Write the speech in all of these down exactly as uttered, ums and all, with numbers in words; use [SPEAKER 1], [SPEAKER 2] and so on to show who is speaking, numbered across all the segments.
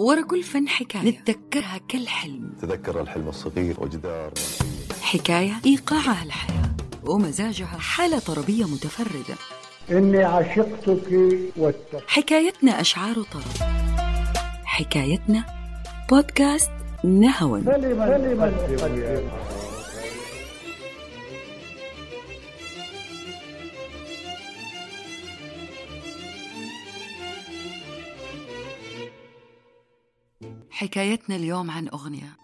[SPEAKER 1] ورا كل فن حكاية نتذكرها كالحلم،
[SPEAKER 2] تذكر الحلم الصغير وجدار
[SPEAKER 1] حكاية إيقاعها الحياة ومزاجها حالة طربية متفردة.
[SPEAKER 3] إني عشقتك والتف...
[SPEAKER 1] حكايتنا أشعار طرب، حكايتنا بودكاست نهوى. حكايتنا اليوم عن أغنية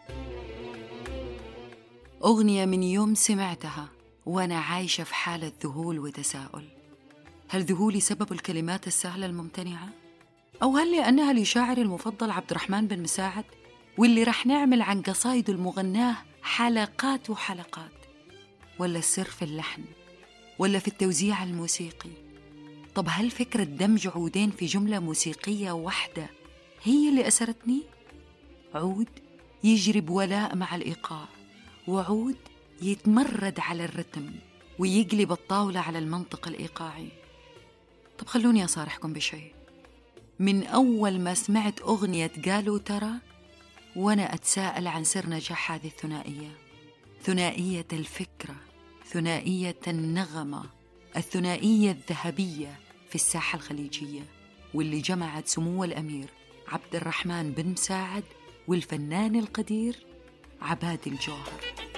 [SPEAKER 1] أغنية من يوم سمعتها وأنا عايشة في حالة ذهول وتساؤل. هل ذهولي سبب الكلمات السهلة الممتنعة؟ أو هل لأنها لشاعري المفضل عبد الرحمن بن مساعد، واللي رح نعمل عن قصايده المغناه حلقات وحلقات؟ ولا السر في اللحن؟ ولا في التوزيع الموسيقي؟ طب هل فكرة دمج عودين في جملة موسيقية واحدة هي اللي أسرتني؟ عود يجري بولاء مع الإيقاع، وعود يتمرد على الرتم ويقلب الطاولة على المنطق الإيقاعي. طب خلوني أصارحكم بشيء. من أول ما سمعت أغنية قالوا ترى وأنا أتساءل عن سر نجاح هذه الثنائية، ثنائية الفكرة، ثنائية النغمة، الثنائية الذهبية في الساحة الخليجية، واللي جمعت سمو الأمير عبد الرحمن بن مساعد والفنان القدير عباد الجوهر.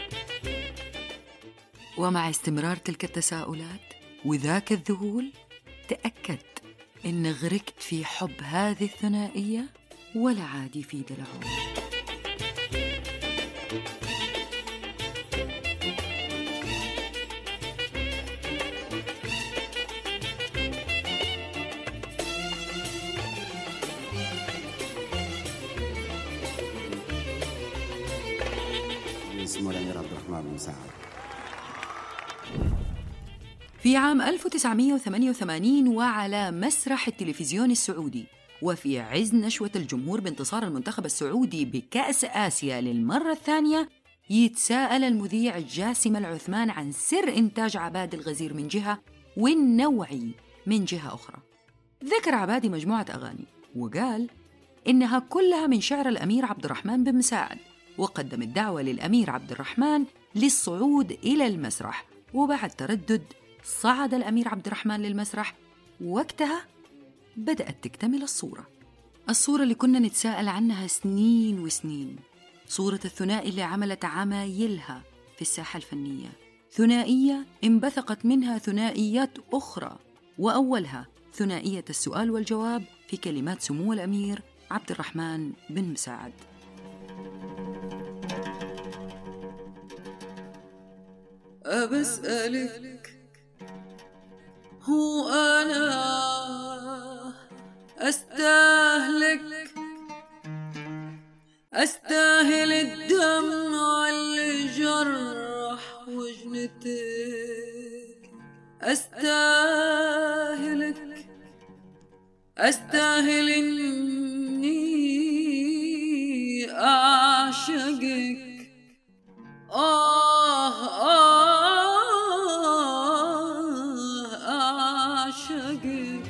[SPEAKER 1] ومع استمرار تلك التساؤلات وذاك الذهول، تأكدت إن غرقت في حب هذه الثنائية ولا عاد يفيد العود.
[SPEAKER 4] اسمه الأمير عبد الرحمن بن مساعد.
[SPEAKER 1] في عام ألف وتسعمائة وثمانية وثمانين وعلى مسرح التلفزيون السعودي، وفي عز نشوة الجمهور بانتصار المنتخب السعودي بكأس آسيا للمرة الثانية، يتساءل المذيع جاسم العثمان عن سر إنتاج عباد الغزير من جهة والنوعي من جهة أخرى. ذكر عبادي مجموعة أغاني وقال إنها كلها من شعر الأمير عبد الرحمن بن مساعد، وقدم الدعوة للأمير عبد الرحمن للصعود إلى المسرح. وبعد تردد صعد الأمير عبد الرحمن للمسرح، وقتها بدأت تكتمل الصورة الصورة اللي كنا نتساءل عنها سنين وسنين، صورة الثنائي اللي عملت عمايلها في الساحة الفنية، ثنائية انبثقت منها ثنائيات أخرى، وأولها ثنائية السؤال والجواب في كلمات سمو الأمير عبد الرحمن بن مساعد. أبسألك هو أنا أستاهلك أستاهل الدمع اللي جرح وجنتك، أستاهلك أستاهل إني أعشقك. آه آه أعشقك.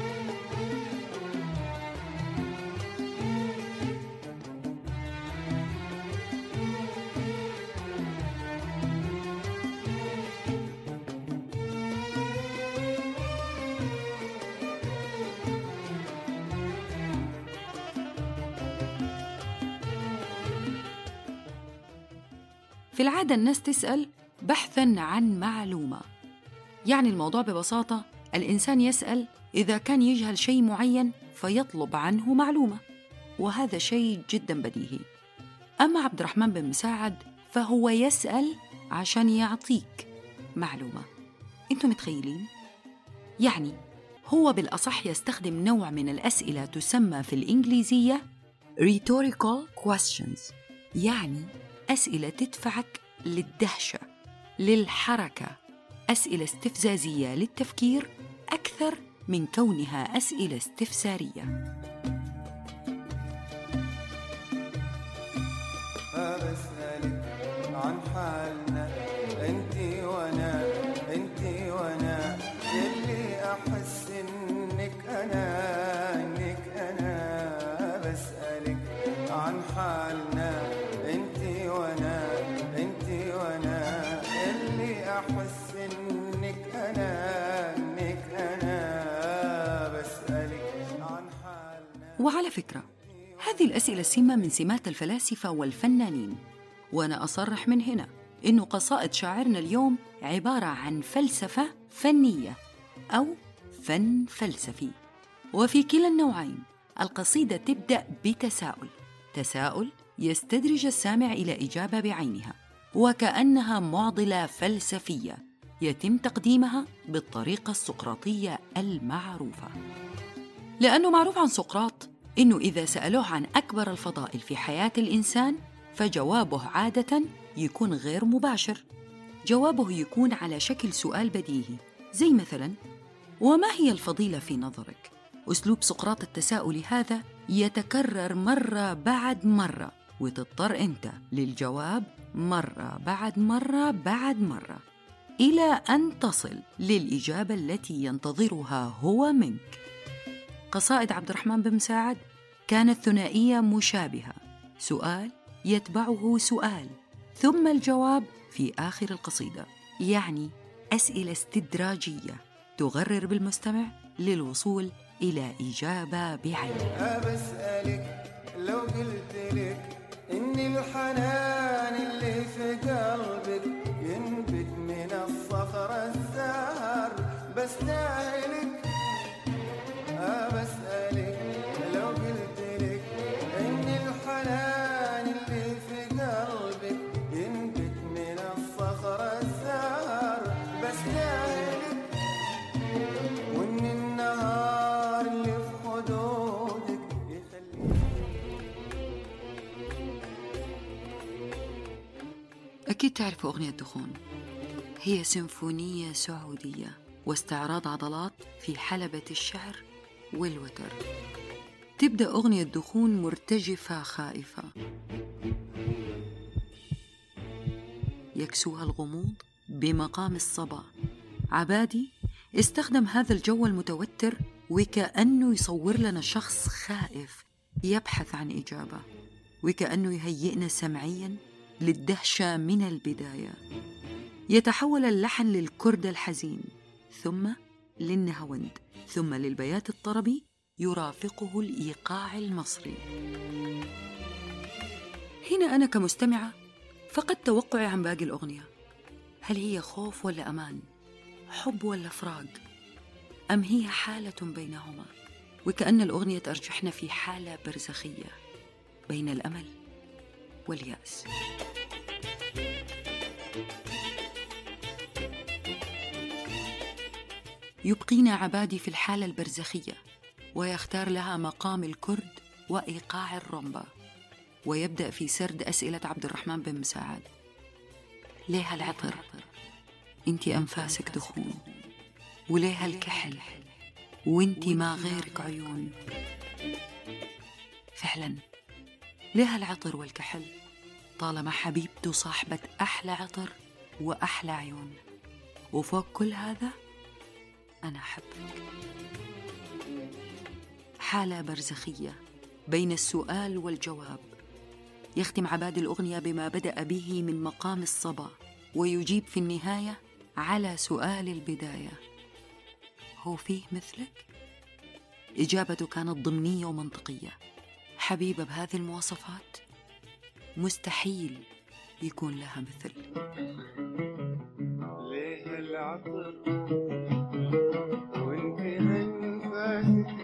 [SPEAKER 1] في العادة الناس تسأل بحثاً عن معلومة، يعني الموضوع ببساطة الإنسان يسأل إذا كان يجهل شيء معين فيطلب عنه معلومة، وهذا شيء جداً بديهي. أما عبد الرحمن بن مساعد فهو يسأل عشان يعطيك معلومة. أنتم متخيلين؟ يعني هو بالأصح يستخدم نوع من الأسئلة تسمى في الإنجليزية rhetorical questions، يعني أسئلة تدفعك للدهشة، للحركة، أسئلة استفزازية للتفكير أكثر من كونها أسئلة استفسارية.
[SPEAKER 5] أسألك عن حالنا أنتي وأنا أنتي وأنا، يلي أحس إنك أنا إنك أنا، بسألك
[SPEAKER 1] وعلى فكرة، هذه الأسئلة سمة من سمات الفلاسفة والفنانين، وأنا أصرح من هنا إنه قصائد شاعرنا اليوم عبارة عن فلسفة فنية أو فن فلسفي. وفي كلا النوعين القصيدة تبدأ بتساؤل، تساؤل يستدرج السامع إلى إجابة بعينها، وكأنها معضلة فلسفية يتم تقديمها بالطريقة السقراطية المعروفة. لأنه معروف عن سقراط إنه إذا سألوه عن أكبر الفضائل في حياة الإنسان فجوابه عادة يكون غير مباشر، جوابه يكون على شكل سؤال بديهي، زي مثلاً: وما هي الفضيلة في نظرك؟ أسلوب سقراط التساؤل هذا يتكرر مرة بعد مرة، وتضطر أنت للجواب مرة بعد مرة بعد مرة إلى أن تصل للإجابة التي ينتظرها هو منك. قصائد عبد الرحمن بن مساعد كانت ثنائية مشابهة، سؤال يتبعه سؤال ثم الجواب في آخر القصيدة، يعني أسئلة استدراجية تغرر بالمستمع للوصول إلى إجابة بعينها.
[SPEAKER 5] بسألك لو قلت لك إن الحنان اللي في قلبك ينبت من الصخر الزهر بستاهلك. بسألك لو قلت لك إن الحنان اللي في قلبك ينبت من الصخر الزهر بستاهلك، وإن النهار اللي في حدودك يخليك.
[SPEAKER 1] أكيد تعرفوا أغنية دخون، هي سيمفونية سعودية واستعراض عضلات في حلبة الشعر والوتر. تبدأ أغنية دخون مرتجفة خائفة، يكسوها الغموض بمقام الصبا. عبادي استخدم هذا الجو المتوتر وكأنه يصور لنا شخص خائف يبحث عن إجابة، وكأنه يهيئنا سمعياً للدهشة من البداية. يتحول اللحن للكرد الحزين، ثم للنهاوند، ثم للبيات الطربي يرافقه الإيقاع المصري. هنا أنا كمستمعة فقد توقعي عن باقي الأغنية، هل هي خوف ولا أمان؟ حب ولا فراق؟ أم هي حالة بينهما؟ وكأن الأغنية ترجحنا في حالة برزخية بين الأمل واليأس. يبقينا عبادي في الحالة البرزخية، ويختار لها مقام الكرد وإيقاع الرمبة، ويبدأ في سرد أسئلة عبد الرحمن بن مساعد. ليه هالعطر؟ انتي أنفاسك دخون، وليه هالكحل وانتي ما غيرك عيون؟ فعلا ليه هالعطر والكحل طالما حبيبته صاحبة أحلى عطر وأحلى عيون؟ وفوق كل هذا أنا أحبك. حالة برزخية بين السؤال والجواب. يختم عبادي الأغنية بما بدأ به من مقام الصبا، ويجيب في النهاية على سؤال البداية: هو فيه مثلك؟ إجابته كانت ضمنية ومنطقية. حبيبة بهذه المواصفات مستحيل يكون لها مثل.
[SPEAKER 5] ليه العطر وانت انفاسك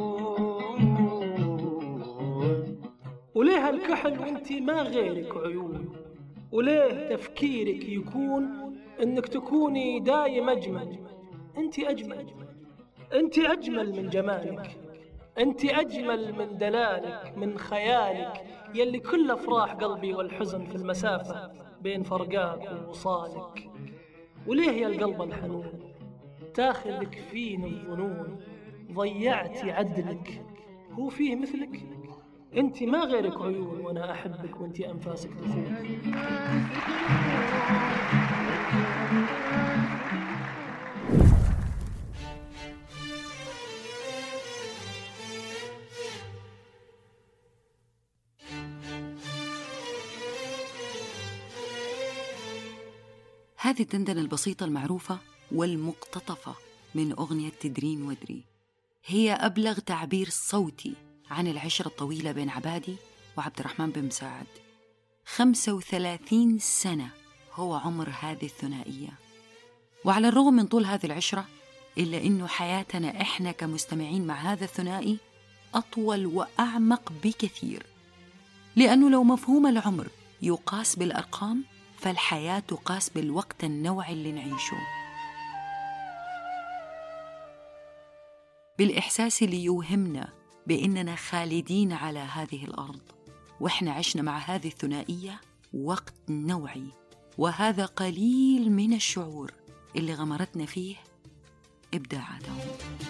[SPEAKER 5] دخون،
[SPEAKER 4] وليه الكحل وانت ما غيرك عيون، وليه تفكيرك يكون انك تكوني دايم اجمل. انت اجمل، انت اجمل من جمالك، انت اجمل من دلالك، من خيالك يلي كل افراح قلبي والحزن في المسافة بين فرقاك ووصالك. وليه يا القلب الحنون تاخذك فين الظنون، ضيعتي عدلك، هو فيه مثلك؟ انت ما غيرك عيون، وانا احبك وانت انفاسك دخول.
[SPEAKER 1] هذه الدندنة البسيطة المعروفة والمقتطفة من أغنية تدرين ودري هي أبلغ تعبير صوتي عن العشرة الطويلة بين عبادي وعبد الرحمن بن مساعد. خمسة وثلاثين سنة هو عمر هذه الثنائية، وعلى الرغم من طول هذه العشرة إلا إنه حياتنا إحنا كمستمعين مع هذا الثنائي أطول وأعمق بكثير، لأنه لو مفهوم العمر يقاس بالأرقام فالحياة تقاس بالوقت النوعي اللي نعيشه، بالإحساس اللي يوهمنا بأننا خالدين على هذه الأرض، وإحنا عشنا مع هذه الثنائية وقت نوعي، وهذا قليل من الشعور اللي غمرتنا فيه إبداعاتهم.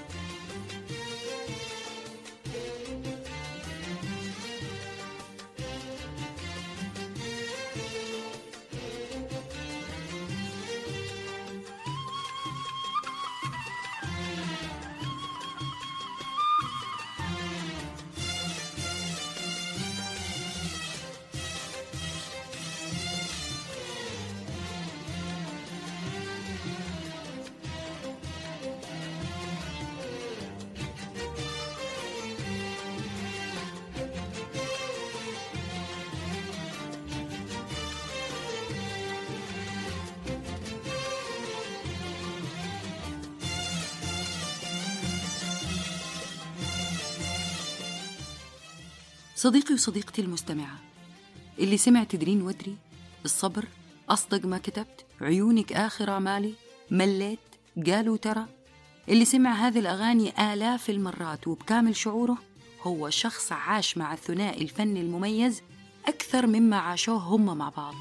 [SPEAKER 1] صديقي وصديقتي المستمعة، اللي سمع تدرين ودري، الصبر، أصدق ما كتبت، عيونك آخر مالي، مليت، قالوا ترى، اللي سمع هذه الأغاني آلاف المرات وبكامل شعوره، هو شخص عاش مع الثنائي الفني المميز أكثر مما عاشوه هم مع بعض.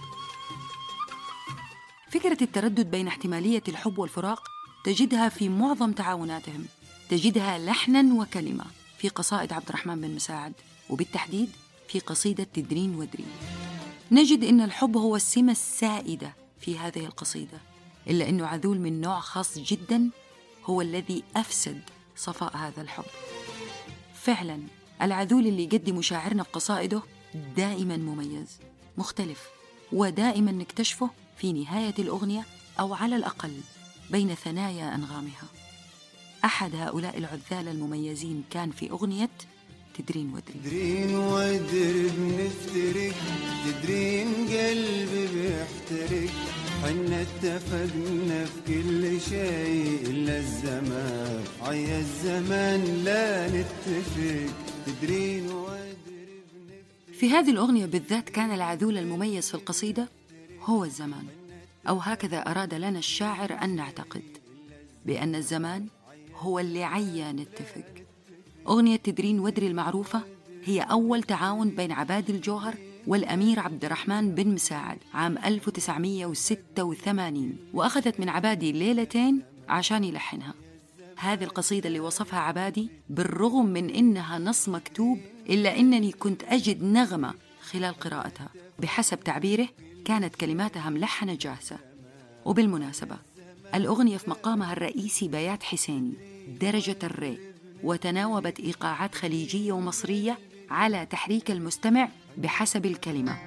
[SPEAKER 1] فكرة التردد بين احتمالية الحب والفراق تجدها في معظم تعاوناتهم، تجدها لحناً وكلمة في قصائد عبد الرحمن بن مساعد، وبالتحديد في قصيدة تدرين ودري. نجد إن الحب هو السمة السائدة في هذه القصيدة، إلا أنه عذول من نوع خاص جداً هو الذي أفسد صفاء هذا الحب. فعلاً العذول اللي يقدم شاعرنا في قصائده دائماً مميز، مختلف، ودائماً نكتشفه في نهاية الأغنية أو على الأقل بين ثنايا أنغامها. أحد هؤلاء العذال المميزين كان في أغنية تدرين ودري.
[SPEAKER 5] تدرين ودري بنفترق، تدرين قلبي بيحترق، حنا اتفقنا في كل شيء إلا الزمان، عيا الزمان لا نتفق، تدرين ودري بنفترق.
[SPEAKER 1] في هذه الأغنية بالذات كان العذول المميز في القصيدة هو الزمان، أو هكذا أراد لنا الشاعر أن نعتقد بأن الزمان هو اللي عيا نتفق. أغنية تدرين ودري المعروفة هي أول تعاون بين عبادي الجوهر والأمير عبد الرحمن بن مساعد عام ألف وتسعمائة وستة وثمانين، وأخذت من عبادي ليلتين عشان يلحنها. هذه القصيدة اللي وصفها عبادي بالرغم من إنها نص مكتوب إلا إنني كنت أجد نغمة خلال قراءتها، بحسب تعبيره كانت كلماتها ملحنة جاهزة. وبالمناسبة الأغنية في مقامها الرئيسي بيات حسيني درجة الري، وتناوبت إيقاعات خليجية ومصرية على تحريك المستمع بحسب الكلمة.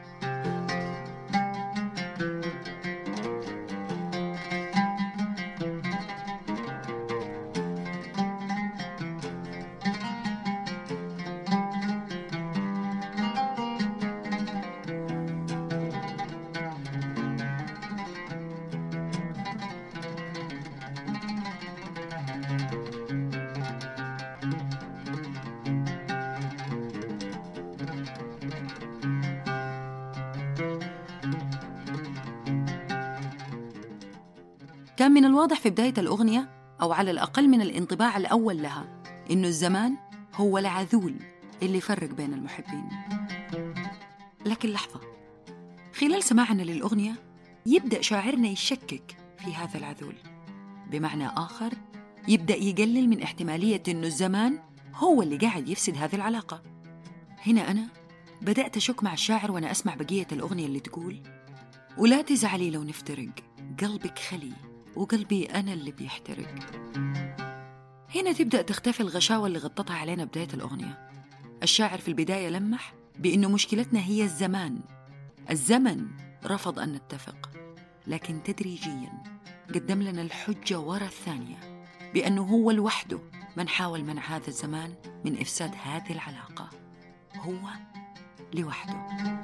[SPEAKER 1] كان من الواضح في بداية الأغنية، أو على الأقل من الانطباع الأول لها، إنه الزمان هو العذول اللي يفرق بين المحبين. لكن لحظة، خلال سماعنا للأغنية يبدأ شاعرنا يشكك في هذا العذول، بمعنى آخر يبدأ يقلل من احتمالية إنه الزمان هو اللي قاعد يفسد هذه العلاقة. هنا أنا بدأت أشك مع الشاعر وأنا أسمع بقية الأغنية اللي تقول: ولا تزعلي لو نفترق، قلبك خلي وقلبي أنا اللي بيحترق. هنا تبدأ تختفي الغشاوة اللي غطتها علينا بداية الأغنية. الشاعر في البداية لمح بأنه مشكلتنا هي الزمان، الزمن رفض أن نتفق، لكن تدريجياً قدم لنا الحجة ورا الثانية بأنه هو لوحده من حاول منع هذا الزمان من إفساد هذه العلاقة هو لوحده.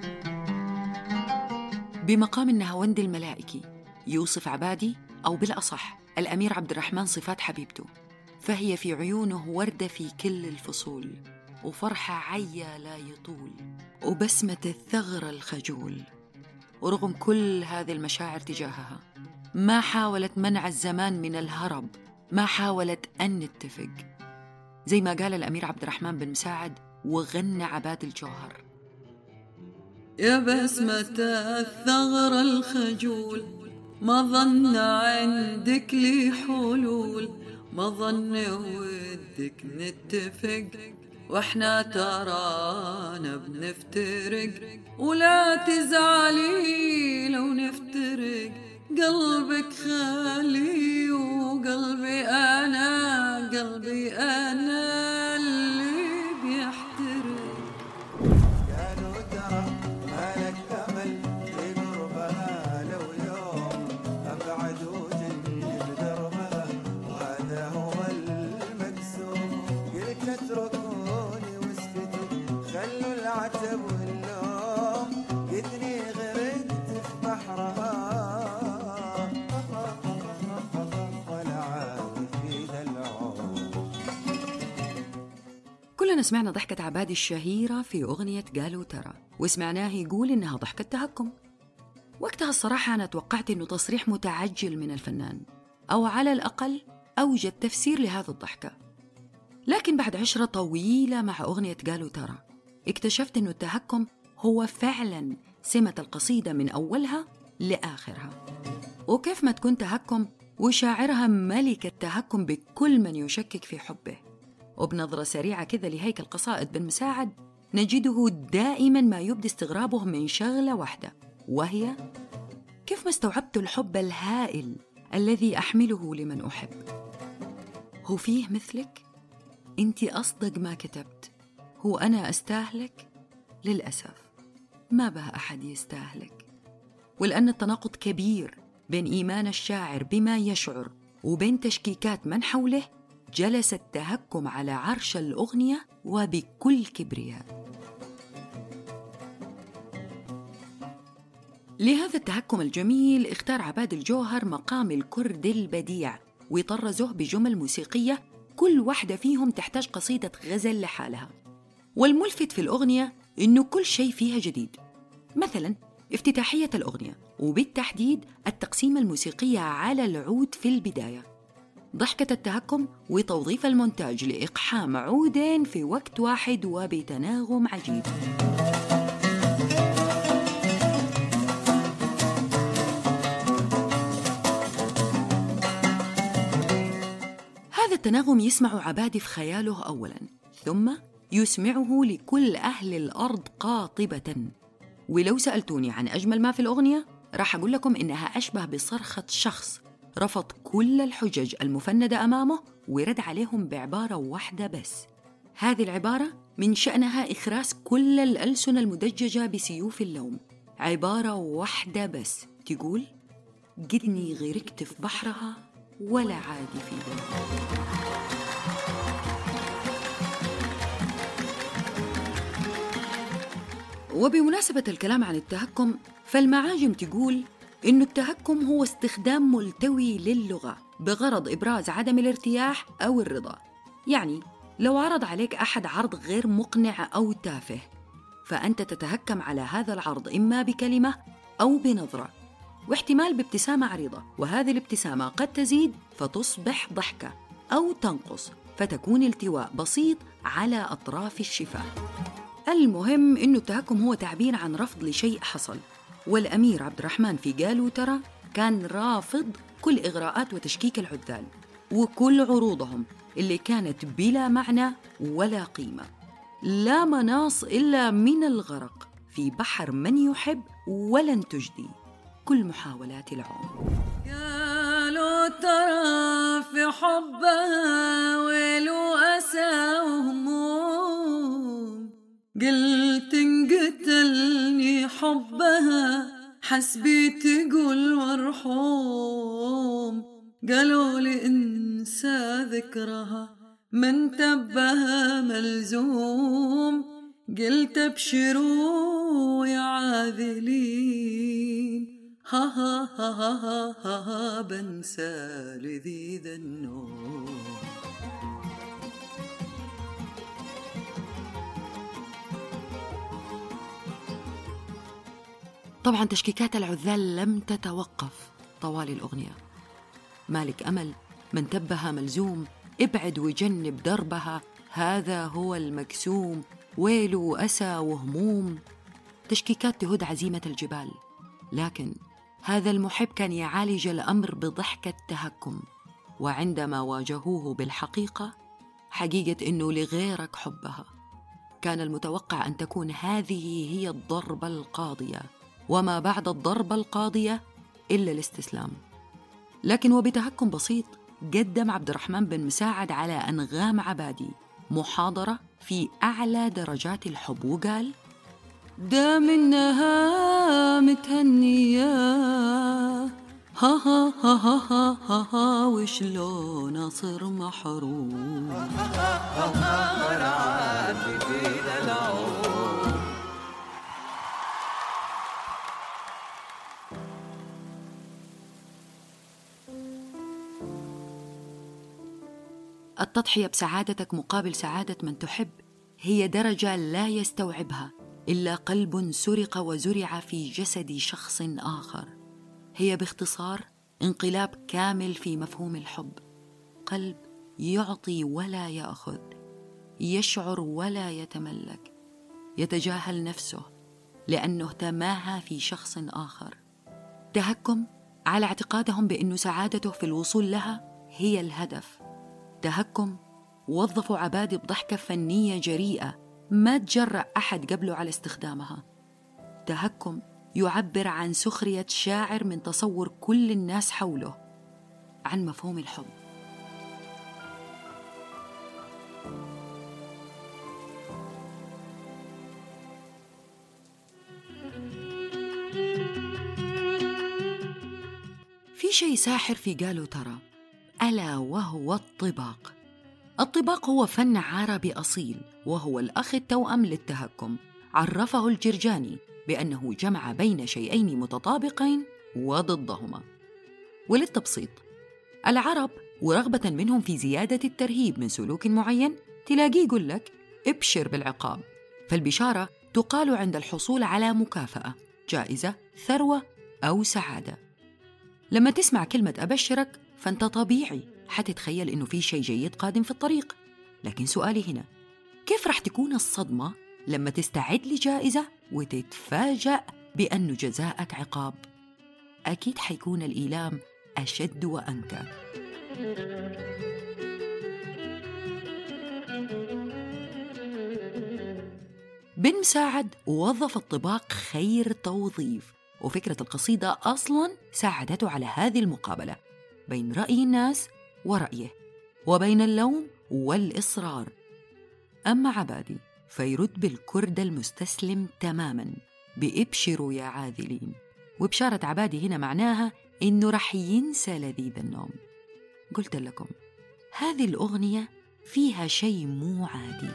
[SPEAKER 1] بمقام النهاوند الملائكي يوصف عبادي، أو بالأصح الأمير عبد الرحمن، صفات حبيبته، فهي في عيونه وردة في كل الفصول، وفرحة عيا لا يطول، وبسمة الثغر الخجول. ورغم كل هذه المشاعر تجاهها ما حاولت منع الزمان من الهرب، ما حاولت أن نتفق، زي ما قال الأمير عبد الرحمن بن مساعد وغنى عباد الجوهر: يا بسمة الثغر الخجول، ما ظن عندك لي حلول، ما ظن ودك نتفق، واحنا ترانا بنفترق، ولا تزعلي لو نفترق، قلبك خالي وقلبي أنا، قلبي أنا اللي بيحترق.
[SPEAKER 5] قالوا ترى مالك أمل في قربها، لو يوم أبعد وجني بدربها، وهذا هو المقسوم. قلت اتركوني واسكتوا، خلوا العتب واللوم، قدني غرقت في بحرها، ولا عاد في ذا العمر.
[SPEAKER 1] كلنا سمعنا ضحكة عبادي الشهيرة في أغنية قالوا ترى، وسمعناه يقول إنها ضحكة تهكم. وقتها الصراحة أنا توقعت إنه تصريح متعجل من الفنان، أو على الأقل أوجد تفسير لهذا الضحكة. لكن بعد عشرة طويلة مع أغنية قالوا ترى اكتشفت إنه التهكم هو فعلاً سمة القصيدة من أولها لآخرها. وكيف ما تكون تهكم وشاعرها ملك التهكم بكل من يشكك في حبه. وبنظرة سريعة كذا لهيكل قصائد بن مساعد نجده دائماً ما يبدي استغرابه من شغلة واحدة، وهي كيف ما استوعبت الحب الهائل الذي أحمله لمن أحب. هو فيه مثلك؟ أنتي أصدق ما كتبت. هو أنا أستاهلك؟ للأسف ما بها أحد يستاهلك. ولأن التناقض كبير بين إيمان الشاعر بما يشعر وبين تشكيكات من حوله، جلس التهكم على عرش الأغنية وبكل كبرياء. لهذا التهكم الجميل اختار عباد الجوهر مقام الكرد البديع، وطرزه بجمل موسيقية كل واحدة فيهم تحتاج قصيدة غزل لحالها. والملفت في الأغنية إنه كل شيء فيها جديد. مثلاً افتتاحية الأغنية، وبالتحديد التقسيمة الموسيقية على العود في البداية، ضحكة التهكم وتوظيف المونتاج لإقحام عودين في وقت واحد وبتناغم عجيب. هذا التناغم يسمع عبادي في خياله أولاً، ثم يسمعه لكل أهل الأرض قاطبة. ولو سألتوني عن أجمل ما في الأغنية راح أقول لكم إنها أشبه بصرخة شخص رفض كل الحجج المفندة أمامه ورد عليهم بعبارة واحدة بس. هذه العبارة من شأنها إخراس كل الألسن المدججة بسيوف اللوم. عبارة واحدة بس تقول: قدني غرقت في بحرها ولا عادي في ذنب. وبمناسبة الكلام عن التهكم، فالمعاجم تقول إنه التهكم هو استخدام ملتوي للغة بغرض إبراز عدم الارتياح أو الرضا. يعني لو عرض عليك أحد عرض غير مقنع أو تافه، فأنت تتهكم على هذا العرض إما بكلمة أو بنظرة، واحتمال بابتسامة عريضة، وهذه الابتسامة قد تزيد فتصبح ضحكة، أو تنقص فتكون التواء بسيط على أطراف الشفاه. المهم إنه التهكم هو تعبير عن رفض لشيء حصل، والأمير عبد الرحمن في قالوا ترى كان رافض كل إغراءات وتشكيك العذال وكل عروضهم اللي كانت بلا معنى ولا قيمة، لا مناص إلا من الغرق في بحر من يحب ولن تجدي كل محاولات العمر. قالوا ترى في حبها ويلو أسى وهموم، قلت انقتلني حبها حسبي تقول مرحوم، قالوا لي انسى ذكرها من تبه ملزوم، قلت ابشروا يا عاذلين، ها ها ها ها ها, ها بنسى لذيذ النوم. طبعا تشكيكات العذال لم تتوقف طوال الأغنية. مالك أمل، من تبه ملزوم، ابعد وجنب دربها، هذا هو المكسوم، ويل وأسى وهموم. تشكيكات تهد عزيمة الجبال، لكن هذا المحب كان يعالج الأمر بضحكة تهكم. وعندما واجهوه بالحقيقة، حقيقة إنه لغيرك حبها، كان المتوقع أن تكون هذه هي الضربة القاضية، وما بعد الضربة القاضية إلا الاستسلام. لكن وبتهكم بسيط قدم عبد الرحمن بن مساعد على أنغام عبادي محاضرة في أعلى درجات الحب، وقال: دام إنها متهنية، ها ها ها ها ها ها, ها وشلون أصير محروم.
[SPEAKER 5] وانا عادي في ذا العمر.
[SPEAKER 1] التضحية بسعادتك مقابل سعادة من تحب هي درجة لا يستوعبها إلا قلب سرق وزرع في جسد شخص آخر. هي باختصار انقلاب كامل في مفهوم الحب. قلب يعطي ولا يأخذ، يشعر ولا يتملك، يتجاهل نفسه لأنه تماهى في شخص آخر. تهكم على اعتقادهم بأن سعادته في الوصول لها هي الهدف. تهكم وظفوا عبادي بضحكة فنية جريئة ما تجرأ أحد قبله على استخدامها. تهكم يعبر عن سخرية شاعر من تصور كل الناس حوله عن مفهوم الحب. في شيء ساحر في قالوا ترى، ألا وهو الطباق. الطباق هو فن عربي أصيل، وهو الأخ التوأم للتهكم. عرفه الجرجاني بأنه جمع بين شيئين متطابقين وضدهما. وللتبسيط، العرب ورغبة منهم في زيادة الترهيب من سلوك معين تلاقيه يقول لك ابشر بالعقاب. فالبشارة تقال عند الحصول على مكافأة، جائزة، ثروة أو سعادة. لما تسمع كلمة أبشرك فأنت طبيعي حتتخيل إنه في شيء جيد قادم في الطريق. لكن سؤالي هنا، كيف رح تكون الصدمة لما تستعد لجائزة وتتفاجأ بأنه جزاءك عقاب؟ أكيد حيكون الإيلام أشد وأنكى. بن مساعد وظف الطباق خير توظيف، وفكرة القصيدة أصلاً ساعدته على هذه المقابلة بين رأي الناس ورأيه، وبين اللوم والإصرار. أما عبادي فيرد بالكرد المستسلم تماماً بإبشروا يا عاذلين. وبشارة عبادي هنا معناها إنه رح ينسى لذيذ النوم. قلت لكم هذه الأغنية فيها شيء مو عادي.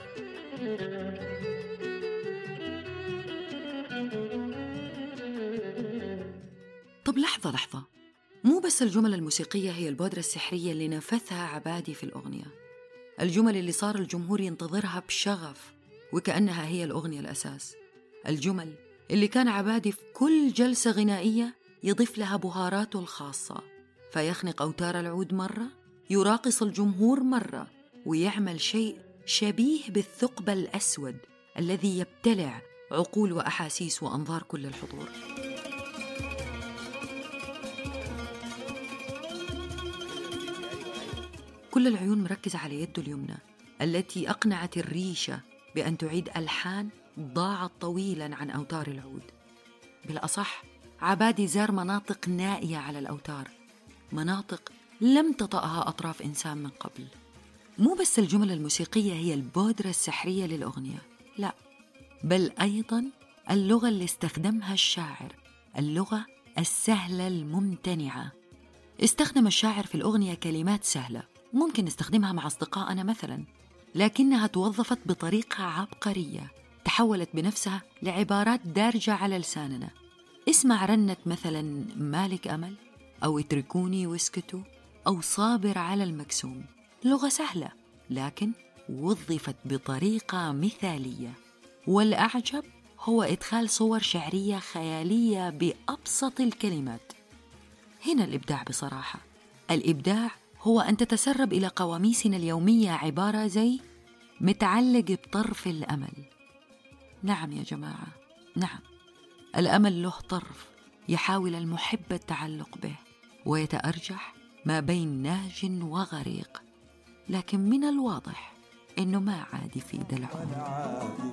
[SPEAKER 1] طب لحظة لحظة، مو بس الجمل الموسيقية هي البودرة السحرية اللي نفثها عبادي في الأغنية. الجمل اللي صار الجمهور ينتظرها بشغف وكأنها هي الأغنية الأساس. الجمل اللي كان عبادي في كل جلسة غنائية يضيف لها بهاراته الخاصة، فيخنق أوتار العود مرة، يراقص الجمهور مرة، ويعمل شيء شبيه بالثقب الأسود الذي يبتلع عقول وأحاسيس وأنظار كل الحضور. كل العيون مركزة على يده اليمنى التي أقنعت الريشة بأن تعيد ألحان ضاعت طويلاً عن أوتار العود. بالأصح عبادي زار مناطق نائية على الأوتار، مناطق لم تطأها أطراف إنسان من قبل. مو بس الجمل الموسيقية هي البودرة السحرية للأغنية، لا، بل أيضاً اللغة اللي استخدمها الشاعر، اللغة السهلة الممتنعة. استخدم الشاعر في الأغنية كلمات سهلة ممكن نستخدمها مع أصدقائنا مثلاً، لكنها توظفت بطريقة عبقرية تحولت بنفسها لعبارات دارجة على لساننا. اسمع رنة مثلاً مالك أمل، أو اتركوني واسكتوا، أو صابر على المكسوم. لغة سهلة لكن وظفت بطريقة مثالية، والأعجب هو إدخال صور شعرية خيالية بأبسط الكلمات. هنا الإبداع بصراحة. الإبداع هو أن تتسرب إلى قواميسنا اليومية عبارة زي متعلق بطرف الأمل. نعم يا جماعة، نعم، الأمل له طرف يحاول المحب التعلق به، ويتأرجح ما بين ناج وغريق، لكن من الواضح إنه ما عاد يفيد العمر.